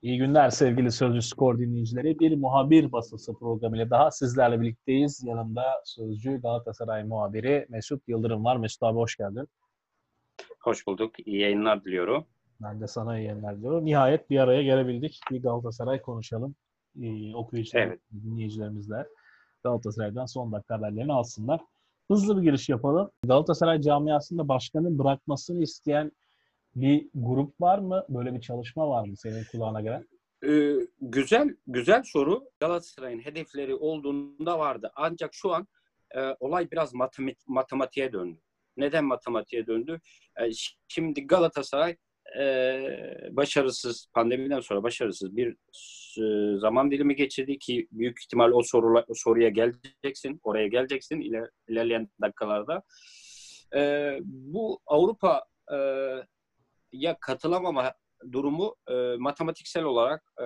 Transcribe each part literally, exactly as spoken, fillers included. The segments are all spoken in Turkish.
İyi günler sevgili Sözcü Skor dinleyicileri. Bir muhabir basısı programıyla daha sizlerle birlikteyiz. Yanımda Sözcü Galatasaray muhabiri Mesut Yıldırım var. Mesut abi hoş geldin. Hoş bulduk. İyi yayınlar diliyorum. Ben de sana iyi yayınlar diliyorum. Nihayet bir araya gelebildik. Bir Galatasaray konuşalım. Ee, okuyucular, Evet. dinleyicilerimizle Galatasaray'dan son dakika haberlerini alsınlar. Hızlı bir giriş yapalım. Galatasaray camiasında başkanın bırakmasını isteyen bir grup var mı? Böyle bir çalışma var mı senin kulağına gelen? Ee, güzel güzel soru. Galatasaray'ın hedefleri olduğunda vardı. Ancak şu an e, olay biraz matematik, matematiğe döndü. Neden matematiğe döndü? E, şimdi Galatasaray e, başarısız, pandemiden sonra başarısız bir e, zaman dilimi geçirdi ki büyük ihtimal o, sorula, o soruya geleceksin, oraya geleceksin iler, ilerleyen dakikalarda. E, bu Avrupa e, ya katılamama durumu e, matematiksel olarak e,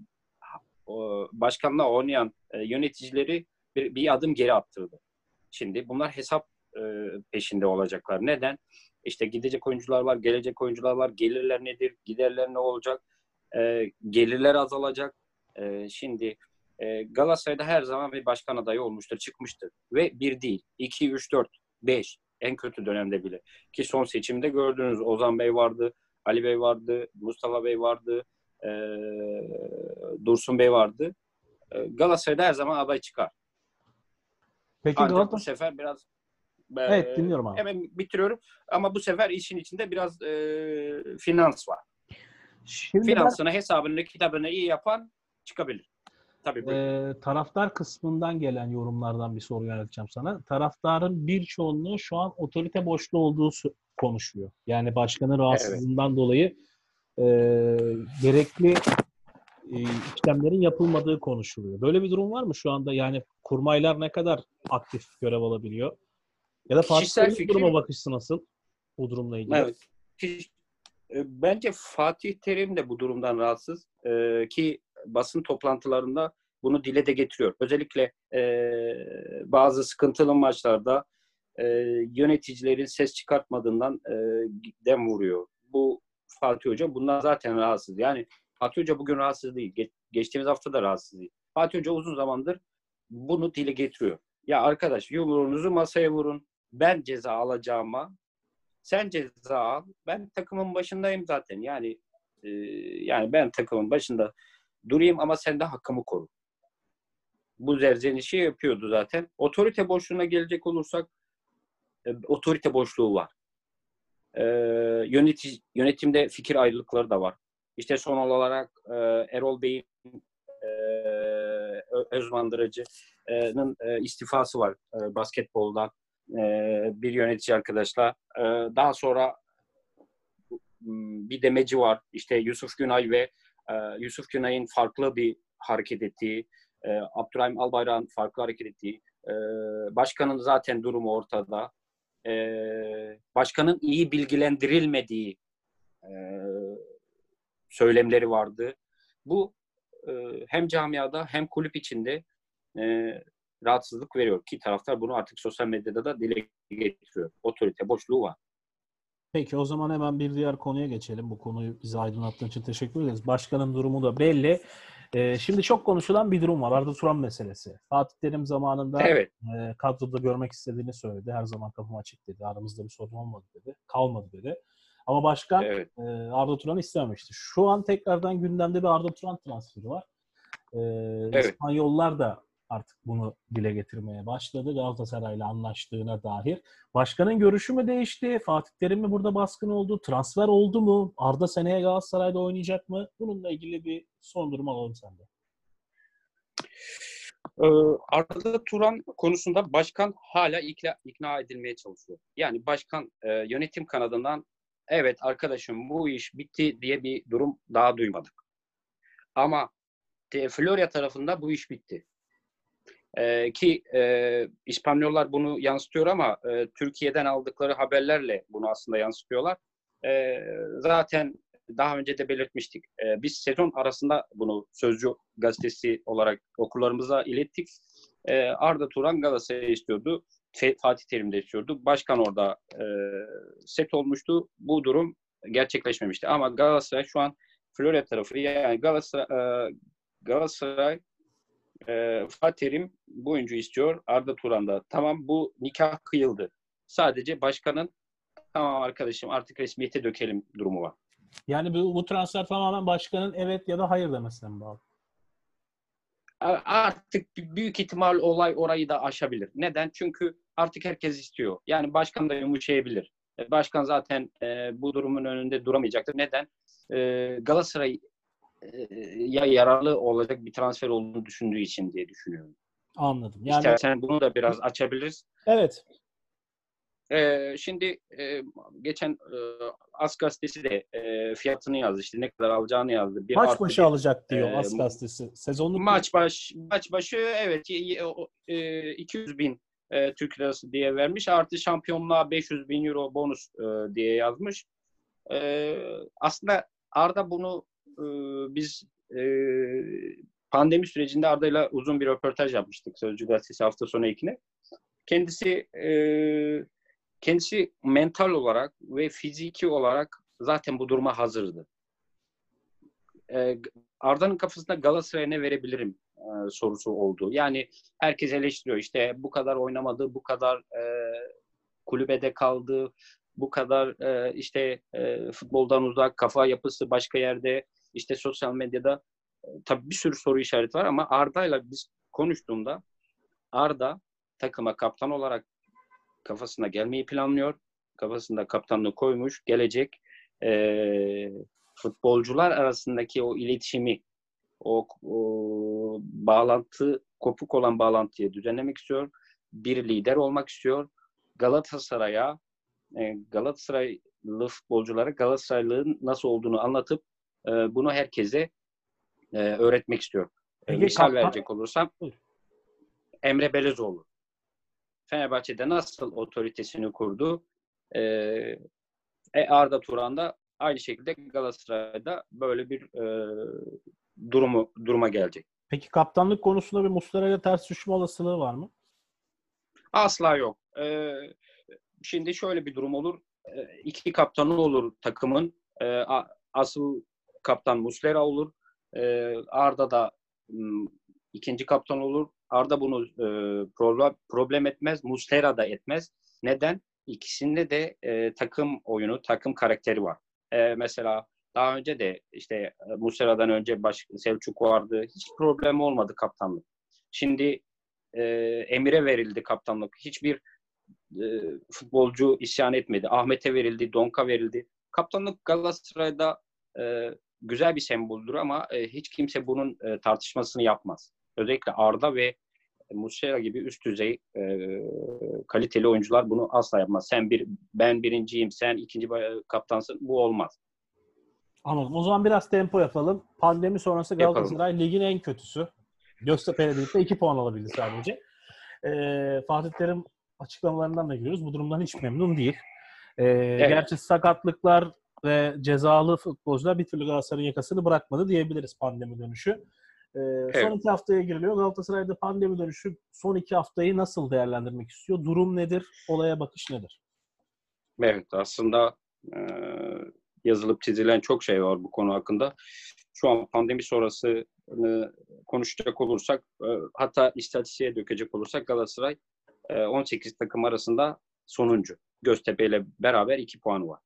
o, başkanla oynayan e, yöneticileri bir, bir adım geri attırdı. Şimdi bunlar hesap e, peşinde olacaklar. Neden? İşte gidecek oyuncular var, gelecek oyuncular var. Gelirler nedir? Giderler ne olacak? E, gelirler azalacak. E, şimdi e, Galatasaray'da her zaman bir başkan adayı olmuştur, çıkmıştır. Ve bir değil, iki, üç, dört, beş en kötü dönemde bile. Ki son seçimde gördüğünüz Ozan Bey vardı, Ali Bey vardı, Mustafa Bey vardı, e, Dursun Bey vardı. E, Galatasaray'da her zaman aday çıkar. Peki Ancak bu Galatasaray... sefer biraz e, Evet dinliyorum abi. hemen bitiriyorum. Ama bu sefer işin içinde biraz e, finans var. Şimdi Finansını, hesabını, kitabını iyi yapan çıkabilir. Tabii ben buyurun. e, taraftar kısmından gelen yorumlardan bir soru yönelteceğim sana. Taraftarın bir çoğunluğu şu an otorite boşluğu olduğu su- konuşuyor. Yani başkanın Evet. rahatsızlığından dolayı e, gerekli e, işlemlerin yapılmadığı konuşuluyor. Böyle bir durum var mı şu anda? Yani kurmaylar ne kadar aktif görev alabiliyor? Ya da Fatih Kişisel Terim'in duruma fikrim bakışı nasıl bu durumla ilgili? evet. Kiş- e, Bence Fatih Terim de bu durumdan rahatsız. E, ki basın toplantılarında bunu dile de getiriyor. Özellikle e, bazı sıkıntılı maçlarda e, yöneticilerin ses çıkartmadığından e, dem vuruyor. Bu Fatih Hoca bundan zaten rahatsız. Yani Fatih Hoca bugün rahatsız değil. Ge- geçtiğimiz hafta da rahatsız değil. Fatih Hoca uzun zamandır bunu dile getiriyor. Ya arkadaş yumruğunuzu masaya vurun. Ben ceza alacağıma sen ceza al. Ben takımın başındayım zaten. Yani e, yani ben takımın başında durayım ama sen de hakkımı koru. Bu zerzenişi yapıyordu zaten. Otorite boşluğuna gelecek olursak e, otorite boşluğu var. E, yönetici, yönetimde fikir ayrılıkları da var. İşte son olarak e, Erol Bey'in e, Özmandırıcı'nın e, istifası var e, basketboldan e, bir yönetici arkadaşla. E, daha sonra bir demeci var. İşte Yusuf Günay ve e, Yusuf Günay'ın farklı bir hareket ettiği, e, Abdurrahim Albayrak'ın farklı hareket ettiği, e, başkanın zaten durumu ortada. E, başkanın iyi bilgilendirilmediği e, söylemleri vardı. Bu e, hem camiada hem kulüp içinde e, rahatsızlık veriyor ki taraftar bunu artık sosyal medyada da dile getiriyor. Otorite boşluğu var. Peki o zaman hemen bir diğer konuya geçelim. Bu konuyu bize aydınlattığın için teşekkür ederiz. Başkanın durumu da belli. Ee, şimdi çok konuşulan bir durum var. Arda Turan meselesi. Fatih Terim zamanında Evet. e, kadroda görmek istediğini söyledi. Her zaman kapım açık dedi. Aramızda bir sorun olmadı dedi. Kalmadı dedi. Ama başkan Evet. e, Arda Turan'ı istememişti. Şu an tekrardan gündemde bir Arda Turan transferi var. E, Evet. İspanyollar da artık bunu dile getirmeye başladı. Galatasaray'la anlaştığına dair. Başkanın görüşü mü değişti? Fatih Terim mi burada baskın oldu? Transfer oldu mu? Arda seneye Galatasaray'da oynayacak mı? Bununla ilgili bir son durum alalım senden. Ee, Arda Turan konusunda başkan hala ikna, ikna edilmeye çalışıyor. Yani başkan e, yönetim kanadından evet arkadaşım bu iş bitti diye bir durum daha duymadık. Ama de, Florya tarafında bu iş bitti. Ee, ki e, İspanyollar bunu yansıtıyor ama e, Türkiye'den aldıkları haberlerle bunu aslında yansıtıyorlar. E, zaten daha önce de belirtmiştik. E, biz sezon arasında bunu Sözcü gazetesi olarak okurlarımıza ilettik. E, Arda Turan Galatasaray'ı istiyordu. Fatih Terim de istiyordu. Başkan orada e, set olmuştu. Bu durum gerçekleşmemişti. Ama Galatasaray şu an Florya tarafı yani Galatasaray, e, Galatasaray e, Fatih Terim bu oyuncu istiyor. Arda Turan da. Tamam bu nikah kıyıldı. Sadece başkanın tamam arkadaşım artık resmiyete dökelim durumu var. Yani bu, bu transfer tamamen başkanın evet ya da hayır demesine mi bağlı? Artık büyük ihtimal olay orayı da aşabilir. Neden? Çünkü artık herkes istiyor. Yani başkan da yumuşayabilir. Başkan zaten e, bu durumun önünde duramayacaktır. Neden? E, Galatasaray'a yararlı olacak bir transfer olduğunu düşündüğü için diye düşünüyorum. Anladım. Yani İstersen bunu da biraz açabiliriz. evet. Ee, şimdi e, geçen e, As gazetesi de e, fiyatını yazdı. İşte ne kadar alacağını yazdı. Bir Maç artı başı bir alacak diyor e, As gazetesi. Sezonluk maç baş maç başı evet e, iki yüz bin e, Türk lirası diye vermiş. Artı şampiyonluğa beş yüz bin euro bonus e, diye yazmış. E, aslında Arda bunu e, biz e, pandemi sürecinde Arda'yla uzun bir röportaj yapmıştık Sözcü gazetesi hafta sonu ekine. Kendisi e, Kendisi mental olarak ve fiziki olarak zaten bu duruma hazırdı. Ee, Arda'nın kafasında Galatasaray'a ne verebilirim e, sorusu oldu. Yani herkes eleştiriyor. İşte bu kadar oynamadı, bu kadar e, kulübede kaldı, bu kadar e, işte e, futboldan uzak, kafa yapısı başka yerde, işte sosyal medyada e, tabii bir sürü soru işareti var ama Arda'yla biz konuştuğumda Arda takıma kaptan olarak kafasına gelmeyi planlıyor. Kafasında kaptanlığı koymuş. Gelecek e, futbolcular arasındaki o iletişimi, o, o bağlantı, kopuk olan bağlantıyı düzenlemek istiyor. Bir lider olmak istiyor. Galatasaray'a, e, Galatasaraylı futbolculara Galatasaraylılığın nasıl olduğunu anlatıp e, bunu herkese e, öğretmek istiyor. E, Peki misal kaptan verecek olursam Emre Belezoğlu. Fenerbahçe'de nasıl otoritesini kurdu? Ee, e, Arda Turan da aynı şekilde Galatasaray'da böyle bir e, durumu duruma gelecek. Peki kaptanlık konusunda bir Muslera'yla ters düşme olasılığı var mı? Asla yok. Ee, şimdi şöyle bir durum olur. Ee, iki kaptanı olur takımın. Ee, asıl kaptan Muslera olur. Ee, Arda da m, ikinci kaptan olur. Arda bunu e, problem, problem etmez. Muslera da etmez. Neden? İkisinde de e, takım oyunu, takım karakteri var. E, mesela daha önce de işte e, Muslera'dan önce baş, Selçuk vardı. Hiç problem olmadı kaptanlık. Şimdi e, Emir'e verildi kaptanlık. Hiçbir e, futbolcu isyan etmedi. Ahmet'e verildi, Donk'a verildi. Kaptanlık Galatasaray'da e, güzel bir semboldür ama e, hiç kimse bunun e, tartışmasını yapmaz. Özellikle Arda ve Muslera gibi üst düzey e, kaliteli oyuncular bunu asla yapmaz. Sen bir, ben birinciyim, sen ikinci kaptansın. Bu olmaz. Anladım. O zaman biraz tempo yapalım. Pandemi sonrası Yapalım. Galatasaray ligin en kötüsü. Göztepe'yle birlikte iki puan alabildi sadece. Ee, Fatih Terim açıklamalarından da görüyoruz. Bu durumdan hiç memnun değil. Ee, Evet. Gerçi sakatlıklar ve cezalı futbolcular bir türlü Galatasaray'ın yakasını bırakmadı diyebiliriz pandemi dönüşü. Ee, Evet. Son iki haftaya giriliyor. Galatasaray'da pandemi dönüşü son iki haftayı nasıl değerlendirmek istiyor? Durum nedir? Olaya bakış nedir? Evet. Aslında e, yazılıp çizilen çok şey var bu konu hakkında. Şu an pandemi sonrası konuşacak olursak, e, hatta istatistiğe dökecek olursak Galatasaray e, on sekiz takım arasında sonuncu. Göztepe ile beraber iki puanı var.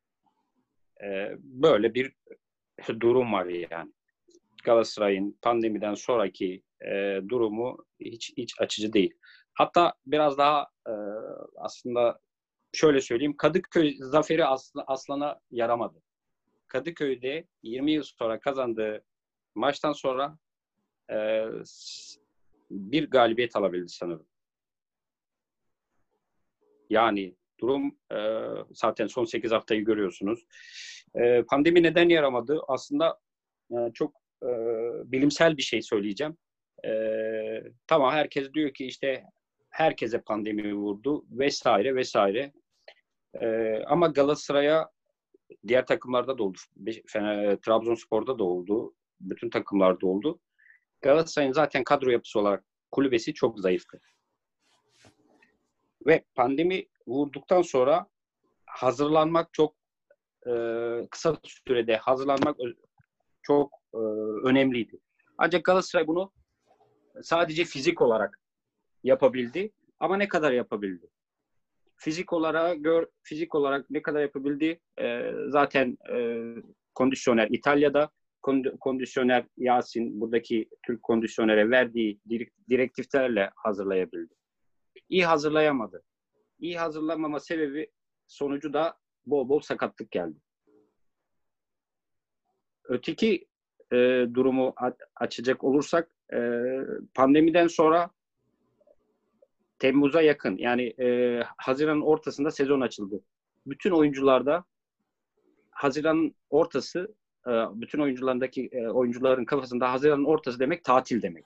E, böyle bir durum var yani. Galatasaray'ın pandemiden sonraki e, durumu hiç hiç açıcı değil. Hatta biraz daha e, aslında şöyle söyleyeyim, Kadıköy zaferi asl- Aslan'a yaramadı. Kadıköy'de yirmi yıl sonra kazandığı maçtan sonra e, bir galibiyet alabildi sanırım. Yani durum e, zaten son sekiz haftayı görüyorsunuz. E, pandemi neden yaramadı? Aslında e, çok e, bilimsel bir şey söyleyeceğim. E, tamam herkes diyor ki işte herkese pandemi vurdu vesaire vesaire. E, ama Galatasaray'a diğer takımlarda da oldu. Fener, Trabzonspor'da da oldu. Bütün takımlarda oldu. Galatasaray'ın zaten kadro yapısı olarak kulübesi çok zayıftı. Ve pandemi vurduktan sonra hazırlanmak çok e, kısa sürede hazırlanmak çok e, önemliydi. Ancak Galatasaray bunu sadece fizik olarak yapabildi. Ama ne kadar yapabildi? Fizik olarak gör, fizik olarak ne kadar yapabildi? E, zaten e, kondisyoner İtalya'da, kondisyoner Yasin buradaki Türk kondisyonere verdiği direktiflerle hazırlayabildi. İyi hazırlayamadı. İyi hazırlamama sebebi sonucu da bol bol sakatlık geldi. Öteki e, durumu açacak olursak e, pandemiden sonra Temmuz'a yakın yani e, Haziran'ın ortasında sezon açıldı. Bütün oyuncularda Haziran'ın ortası e, bütün oyuncularındaki e, oyuncuların kafasında Haziran'ın ortası demek tatil demek.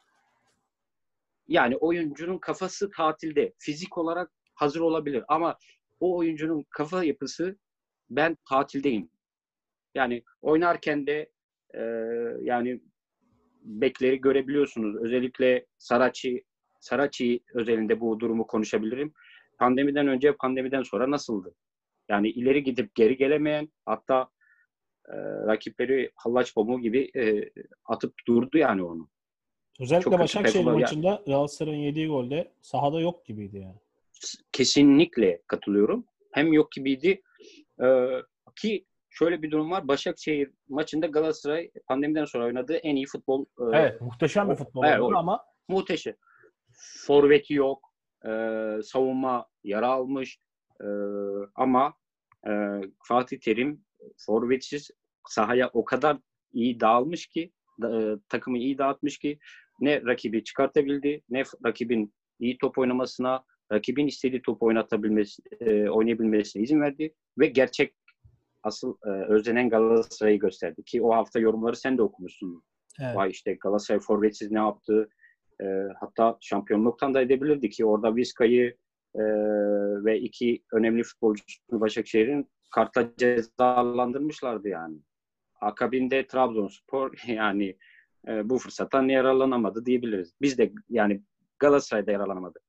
Yani oyuncunun kafası tatilde. Fizik olarak hazır olabilir ama o oyuncunun kafa yapısı ben tatildeyim. Yani oynarken de e, yani bekleri görebiliyorsunuz. Özellikle Saracchi, Saracchi özelinde bu durumu konuşabilirim. Pandemiden önce, pandemiden sonra nasıldı? Yani ileri gidip geri gelemeyen, hatta e, rakipleri hallaç pamuğu gibi e, atıp durdu yani onu. Özellikle Çok kötü Başakşehir performans. maçında Galatasaray'ın yediği golde sahada yok gibiydi yani. Kesinlikle katılıyorum. Hem yok gibiydi e, ki şöyle bir durum var. Başakşehir maçında Galatasaray pandemiden sonra oynadığı en iyi futbol. E, Evet, muhteşem bir o, futbol evet, oynadı o, ama muhteşem. Forveti yok. E, savunma yara almış. E, ama e, Fatih Terim forvetsiz sahaya o kadar iyi dağılmış ki e, takımı iyi dağıtmış ki ne rakibi çıkartabildi ne rakibin iyi top oynamasına, rakibin istediği topu oynatabilmesi, e, oynayabilmesine izin verdi ve gerçek asıl e, özlenen Galatasaray'ı gösterdi ki o hafta yorumları sen de okumuşsun. evet. Vay işte Galatasaray forvetsiz ne yaptı? E, hatta şampiyonluktan da edebilirdi ki orada Vizca'yı e, ve iki önemli futbolcusunu Başakşehir'in kartla cezalandırmışlardı yani. Akabinde Trabzonspor yani e, bu fırsattan yararlanamadı diyebiliriz. Biz de yani Galatasaray'da yararlanamadı.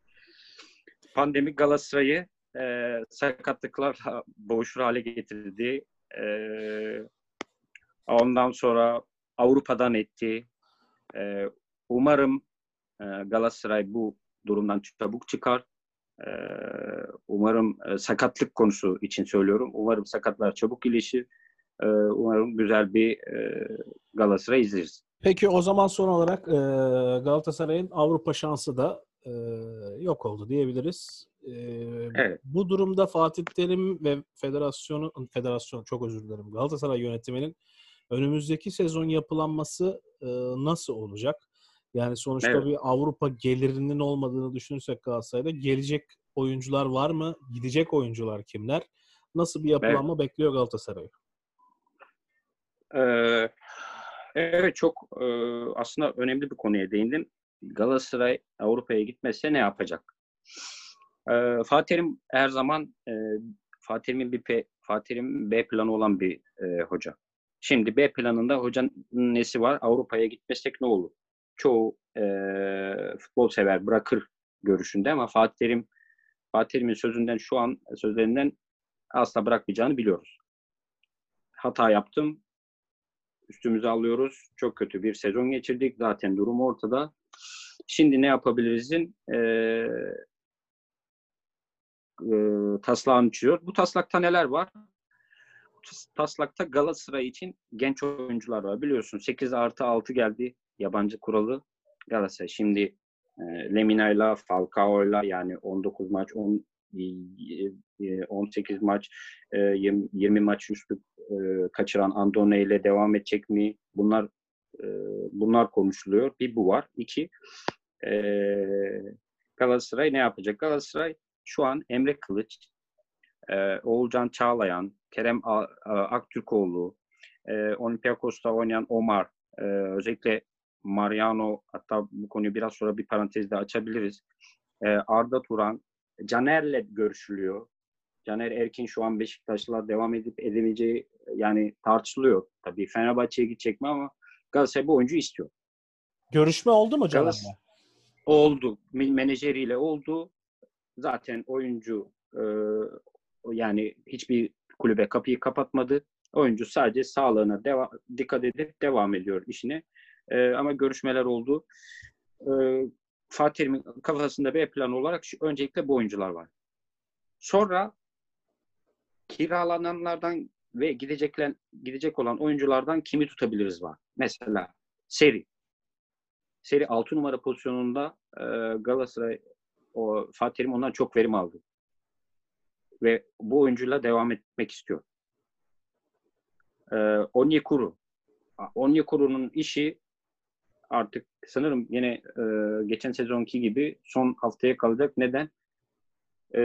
Pandemi Galatasaray'ı e, sakatlıklarla boğuşur hale getirdi. E, ondan sonra Avrupa'dan etti. E, umarım e, Galatasaray bu durumdan çabuk çıkar. E, umarım e, sakatlık konusu için söylüyorum. Umarım sakatlar çabuk iyileşir. E, umarım güzel bir e, Galatasaray izleriz. Peki o zaman son olarak e, Galatasaray'ın Avrupa şansı da e, yok oldu diyebiliriz. E, Evet. bu durumda Fatih Terim ve federasyonu, federasyon çok özür dilerim, Galatasaray yönetiminin önümüzdeki sezon yapılanması e, nasıl olacak? Yani sonuçta Evet. bir Avrupa gelirinin olmadığını düşünürsek Galatasaray'da gelecek oyuncular var mı? Gidecek oyuncular kimler? Nasıl bir yapılanma Evet. bekliyor Galatasaray'ı? Ee, evet çok e, aslında önemli bir konuya değindin. Galatasaray Avrupa'ya gitmezse ne yapacak? Ee, Fatih Terim her zaman e, Fatih Terim'in bir P, Fatih Terim'in B planı olan bir e, hoca. Şimdi B planında hocanın nesi var? Avrupa'ya gitmesek ne olur? Çoğu e, futbol sever bırakır görüşünde ama Fatih Terim Fatih Terim'in sözünden şu an sözlerinden asla bırakmayacağını biliyoruz. Hata yaptım. Üstümüze alıyoruz. Çok kötü bir sezon geçirdik. Zaten durum ortada. Şimdi ne yapabilirizin e, e, taslağını çiziyor. Bu taslakta neler var? Taslakta Galatasaray için genç oyuncular var. Biliyorsun sekiz artı altı geldi yabancı kuralı. Galatasaray şimdi e, Lemina'yla, Falcao'yla yani on dokuz maç, on, on sekiz maç, e, yirmi, yirmi maç üstü e, kaçıran Andone ile devam edecek mi? Bunlar e, bunlar konuşuluyor. Bir bu var. İki e, Galatasaray ne yapacak? Galatasaray şu an Emre Kılıç, e, Oğulcan Çağlayan, Kerem A- A- Aktürkoğlu, e, Olympiakos'ta oynayan Omar, e, özellikle Mariano, hatta bu konuyu biraz sonra bir parantezde açabiliriz. E, Arda Turan, Caner'le görüşülüyor. Caner Erkin şu an Beşiktaş'la devam edip edemeyeceği yani tartışılıyor. Tabii Fenerbahçe'ye gidecek mi ama Galatasaray bu oyuncu istiyor. Görüşme oldu mu Galas Caner'le? oldu. Menajeriyle oldu. Zaten oyuncu e, yani hiçbir kulübe kapıyı kapatmadı. Oyuncu sadece sağlığına deva- dikkat edip devam ediyor işine. Ee, ama görüşmeler oldu. Ee, Fatih Terim'in kafasında B planı olarak şu, öncelikle bu oyuncular var. Sonra kiralananlardan ve gidecekler, gidecek olan oyunculardan kimi tutabiliriz var. Mesela Seri. Seri altı numara pozisyonunda e, Galatasaray o Fatih Terim ondan çok verim aldı. Ve bu oyuncuyla devam etmek istiyor. E, Onyekuru. Onyekuru'nun işi artık sanırım yine e, geçen sezonki gibi son haftaya kalacak. Neden? E,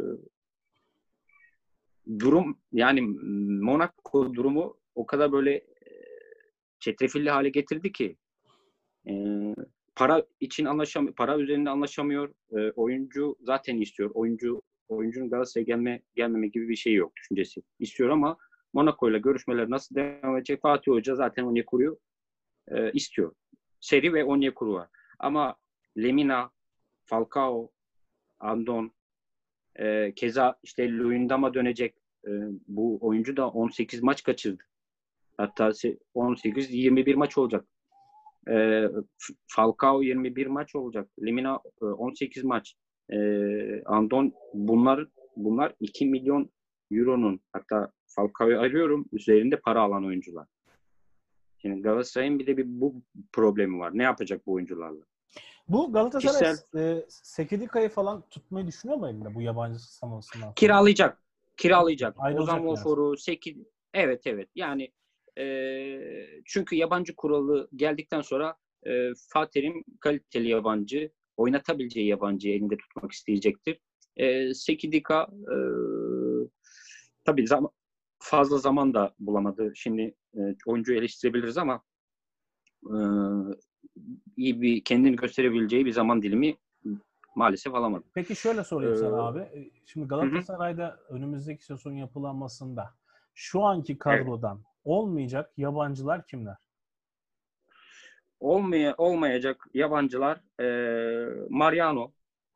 durum yani Monaco durumu o kadar böyle e, çetrefilli hale getirdi ki e, para için anlaşamıyor, para üzerinde anlaşamıyor. E, oyuncu zaten istiyor. Oyuncu oyuncunun Galatasaray'a gelme gelmeme gibi bir şey yok düşüncesi. İstiyor ama Monaco ile görüşmeler nasıl devam edecek? Fatih Hoca zaten Onyekuru'yu e, istiyor. Seri ve Onyekuru var. Ama Lemina, Falcao, Andon, e, keza işte Luyendam'a dönecek. E, bu oyuncu da on sekiz maç kaçırdı. Hatta on sekiz yirmi bir maç olacak. E, Falcao yirmi bir maç olacak. Lemina e, on sekiz maç. E, Andon bunlar bunlar iki milyon euronun, hatta Falcao'yu arıyorum, üzerinde para alan oyuncular. Şimdi Galatasaray'ın bir de bir bu problemi var. Ne yapacak bu oyuncularla? Bu Galatasaray Kişisel e, Sekidika'yı falan tutmayı düşünüyor mu elinde bu yabancı sanılsından sonra? kiralayacak. Kiralayacak. Ayrılacak Ozan yani. Wolfor'u sekiz evet evet. Yani e, çünkü yabancı kuralı geldikten sonra e, Fatih Terim kaliteli yabancı, oynatabileceği yabancıyı elinde tutmak isteyecektir. E, Sekidika e, tabii zam- fazla zaman da bulamadı. Şimdi e, oyuncuyu eleştirebiliriz ama e, iyi bir kendini gösterebileceği bir zaman dilimi maalesef alamadı. Peki şöyle sorayım Ee, sana abi. Şimdi hı hı. Galatasaray'da önümüzdeki sezon yapılanmasında şu anki Evet. kadrodan olmayacak yabancılar kimler? Olmaya, olmayacak yabancılar e, Mariano,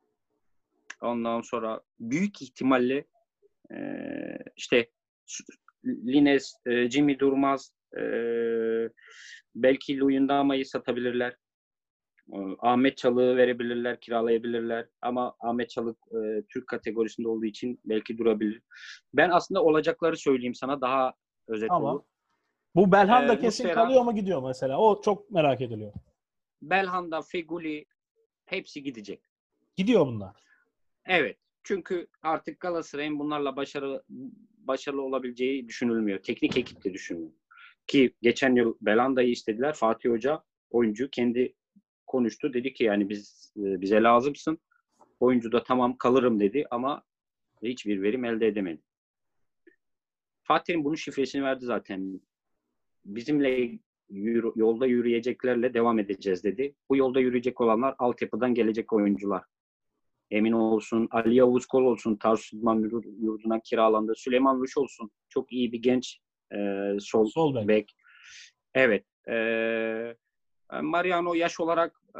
ondan sonra büyük ihtimalle e, işte Lines, e, Jimmy Durmaz, e, belki Luyendama'yı satabilirler. E, Ahmet Çalık'ı verebilirler, kiralayabilirler. Ama Ahmet Çalık e, Türk kategorisinde olduğu için belki durabilir. Ben aslında olacakları söyleyeyim sana, daha özet olur. Ama bu Belhanda E, kesin Muslera, kalıyor mu gidiyor mesela? O çok merak ediliyor. Belhanda, Feguli hepsi gidecek. Gidiyor bunlar. Evet. Çünkü artık Galatasaray'ın bunlarla başarılı başarılı olabileceği düşünülmüyor. Teknik ekip de düşünmüyor. Ki geçen yıl Belanda'yı istediler. Fatih Hoca oyuncu kendi konuştu. Dedi ki yani biz bize lazımsın. Oyuncu da tamam kalırım dedi ama hiçbir verim elde edemedi. Fatih'in bunun şifresini verdi zaten. Bizimle yürü, yolda yürüyeceklerle devam edeceğiz dedi. Bu yolda yürüyecek olanlar altyapıdan gelecek oyuncular. Emin olsun, Ali Yavuz Kol olsun, Tarsus İdman Yurdu'na kiralandı. Süleyman Ruş olsun, çok iyi bir genç e, sol, Sol bek. bek. Evet. E, Mariano yaş olarak e,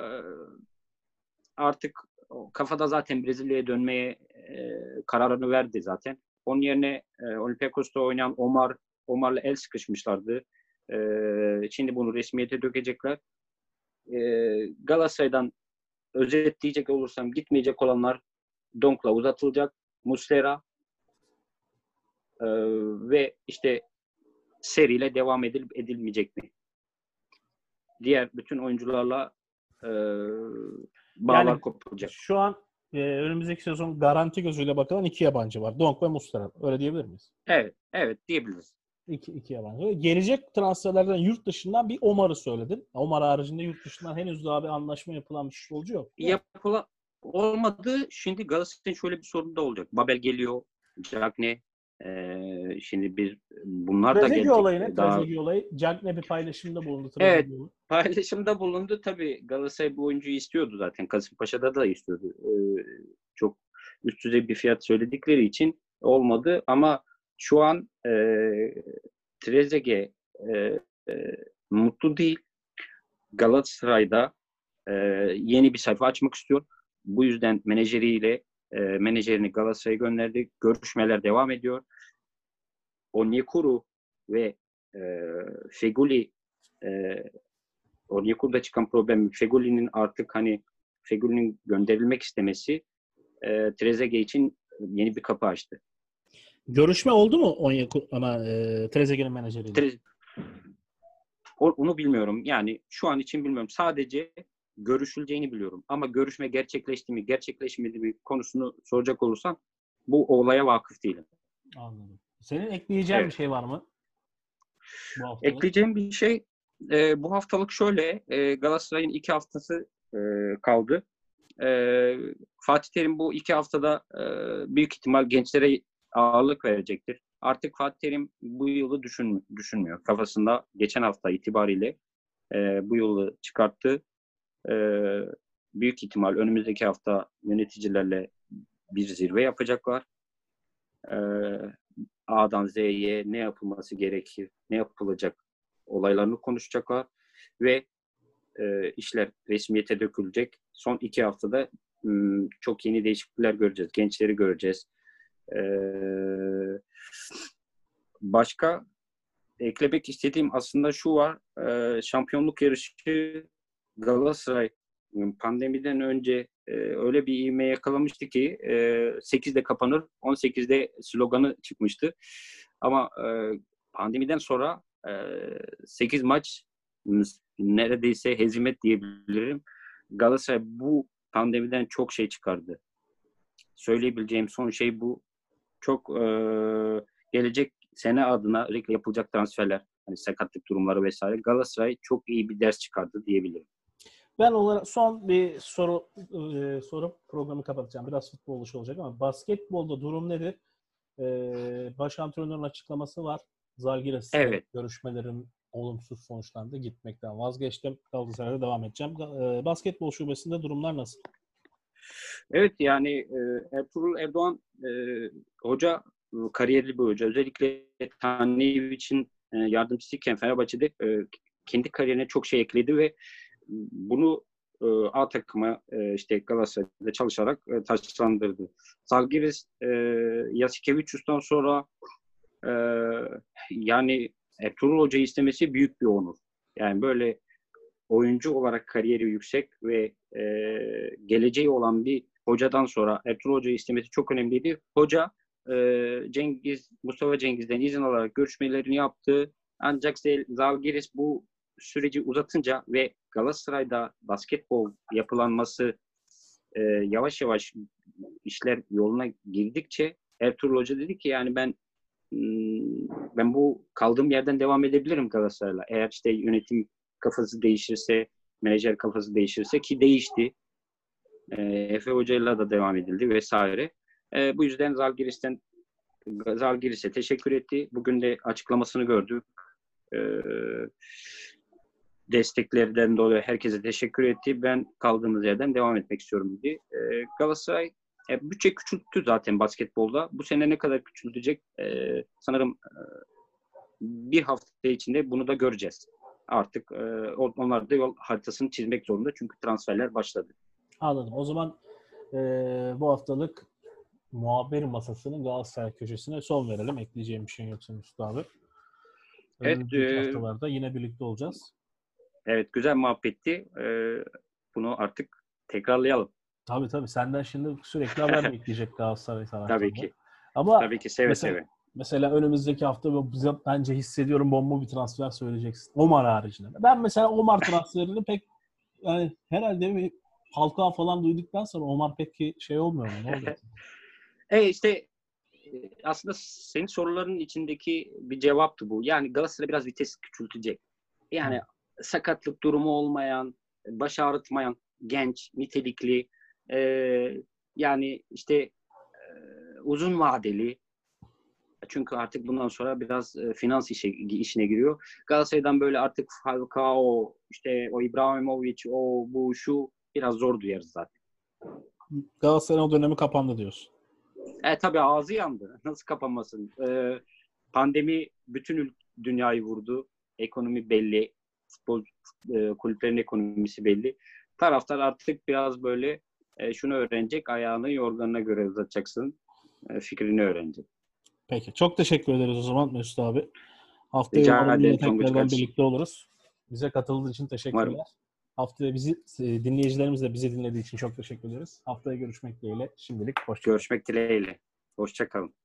artık kafada zaten Brezilya'ya dönmeye e, kararını verdi zaten. Onun yerine e, Olympiakos'ta oynayan Omar, Omar'la el sıkışmışlardı. E, şimdi bunu resmiyete dökecekler. E, Galatasaray'dan özetleyecek olursam gitmeyecek olanlar Donk'la uzatılacak. Muslera e, ve işte seriyle devam edilip edilmeyecek mi? Diğer bütün oyuncularla e, bağlar Yani kopulacak. şu an e, önümüzdeki sezon garanti gözüyle bakılan iki yabancı var. Donk ve Muslera. Öyle diyebilir miyiz? Evet, evet diyebiliriz. İki, iki yabancı. Gelecek transferlerden yurt dışından bir Omar'ı söyledin. Omar haricinde yurt dışından henüz daha bir anlaşma yapılan bir futbolcu yok. Yapıla olmadı. Şimdi Galatasaray'ın şöyle bir sorunu da olacak. Babel geliyor, Cagne. Ee, şimdi bir bunlar da Trezeguet gelecek. olayı ne? Daha Trezeguet olayı. Cagne bir paylaşımda bulundu. evet, Trezeguet. paylaşımda bulundu. Tabii Galatasaray bu oyuncuyu istiyordu zaten. Kasımpaşa'da da istiyordu. Ee, çok üst düzey bir fiyat söyledikleri için olmadı. Ama şu an e, Trezeguet e, e, mutlu değil. Galatasaray'da e, yeni bir sayfa açmak istiyor. Bu yüzden menajeriyle e, menajerini Galatasaray'a gönderdi. Görüşmeler devam ediyor. Onyekuru ve e, Feguli e, Onyekuru'da çıkan problem, Feguli'nin artık hani Feguli'nin gönderilmek istemesi e, Trezeguet için yeni bir kapı açtı. Görüşme oldu mu Onyekuru ama e, Trezeguet'in menajeriyle? Tre- Onu bilmiyorum. Yani şu an için bilmiyorum. Sadece görüşüleceğini biliyorum. Ama görüşme gerçekleşti mi, gerçekleşmedi mi konusunu soracak olursan bu olaya vakıf değilim. Anladım. Senin ekleyeceğin Evet. bir şey var mı? Bu haftalık. Ekleyeceğim bir şey e, bu haftalık şöyle. E, Galatasaray'ın iki haftası e, kaldı. E, Fatih Terim bu iki haftada e, büyük ihtimal gençlere ağırlık verecektir. Artık Fatih Terim bu yılı düşün, düşünmüyor. Kafasında geçen hafta itibariyle e, bu yılı çıkarttı. E, büyük ihtimal önümüzdeki hafta yöneticilerle bir zirve yapacaklar. E, A'dan Z'ye ne yapılması gerekir, ne yapılacak olaylarını konuşacaklar ve e, işler resmiyete dökülecek. Son iki haftada m, çok yeni değişiklikler göreceğiz. Gençleri göreceğiz. E, başka eklemek istediğim aslında şu var. E, şampiyonluk yarışı Galatasaray pandemiden önce e, öyle bir ivme yakalamıştı ki e, sekizde kapanır, on sekizde sloganı çıkmıştı. Ama e, pandemiden sonra e, sekiz maç neredeyse hezimet diyebilirim. Galatasaray bu pandemiden çok şey çıkardı. Söyleyebileceğim son şey bu. Çok e, gelecek sene adına özellikle yapılacak transferler, hani sakatlık durumları vesaire, Galatasaray çok iyi bir ders çıkardı diyebilirim. Ben olarak son bir soru e, soru programı kapatacağım. Biraz futbol dışı olacak ama basketbolda durum nedir? E, baş antrenörün açıklaması var. Zalgiris'le Evet. görüşmelerin olumsuz sonuçlandı. Gitmekten vazgeçtim. Galatasaray'da devam edeceğim. E, basketbol şubesinde durumlar nasıl? Evet yani e, Ertuğrul Erdoğan e, hoca e, kariyerli bir hoca. Özellikle Tanevic'in e, yardımcısıyken Fenerbahçe'de e, kendi kariyerine çok şey ekledi ve bunu e, A takıma e, işte Galatasaray'da çalışarak e, taçlandırdı. Zalgiris e, Yasikevicius'tan sonra e, yani Ertuğrul Hoca'yı istemesi büyük bir onur. Yani böyle oyuncu olarak kariyeri yüksek ve e, geleceği olan bir hocadan sonra Ertuğrul Hoca'yı istemesi çok önemliydi. Hoca e, Cengiz, Mustafa Cengiz'den izin alarak görüşmelerini yaptı. Ancak Zalgiris bu süreci uzatınca ve Galatasaray'da basketbol yapılanması e, yavaş yavaş işler yoluna girdikçe Ertuğrul Hoca dedi ki yani ben ben bu kaldığım yerden devam edebilirim Galatasaray'la. Eğer işte yönetim kafası değişirse, menajer kafası değişirse, ki değişti. E, Efe Hoca'yla da devam edildi vesaire. E, bu yüzden Zalgiris'ten Zalgiris'e teşekkür etti. Bugün de açıklamasını gördük. E, desteklerden dolayı herkese teşekkür etti. Ben kaldığımız yerden devam etmek istiyorum dedi. E, Galatasaray e, bütçe küçülttü zaten basketbolda. Bu sene ne kadar küçültecek? E, sanırım e, bir hafta içinde bunu da göreceğiz. Artık e, onlar da yol haritasını çizmek zorunda. Çünkü transferler başladı. Anladım. O zaman e, bu haftalık muhabir masasının Galatasaray köşesine son verelim. Ekleyeceğim bir şey yoksa Mustafa abi. Evet, Önümüzdeki e, haftalarda yine birlikte olacağız. evet güzel muhabbetti. E, bunu artık tekrarlayalım. Tabii tabii. Senden şimdi sürekli haber bekleyecek Galatasaray Tabii taraftarı. ki. Ama Tabii ki seve mesela seve. mesela önümüzdeki hafta bize bence hissediyorum bomba bir transfer söyleyeceksin. Omar haricinde. Ben mesela Omar transferini pek yani herhalde bir halka falan duyduktan sonra Omar pek ki şey olmuyor mu? Ne oluyor? E işte aslında senin soruların içindeki bir cevaptı bu. Yani Galatasaray biraz vites küçültecek. Yani Hı. sakatlık durumu olmayan, baş ağrıtmayan, genç, nitelikli, e, yani işte e, uzun vadeli. Çünkü artık bundan sonra biraz e, finans işe, işine giriyor. Galatasaray'dan böyle artık Falcao, işte o İbrahimovic, o bu şu biraz zor duyarız zaten. Galatasaray'ın o dönemi kapandı diyorsun. E tabii ağzı yandı. Nasıl kapanmasın? E, pandemi bütün dünyayı vurdu. Ekonomi belli. Futbol e, kulüplerin ekonomisi belli. Taraftar artık biraz böyle e, şunu öğrenecek. Ayağını yorganına göre uzatacaksın. E, fikrini öğrenecek. Peki. Çok teşekkür ederiz o zaman Mesut abi. Haftaya Rica umarım yine ederim Tonguç tekrardan kardeşim. birlikte oluruz. Bize katıldığınız için teşekkürler. Umarım. Haftaya bizi e, dinleyicilerimiz de bizi dinlediği için çok teşekkür ederiz. Haftaya görüşmek dileğiyle. Şimdilik hoşça kalın. Görüşmek dileğiyle. Hoşça kalın.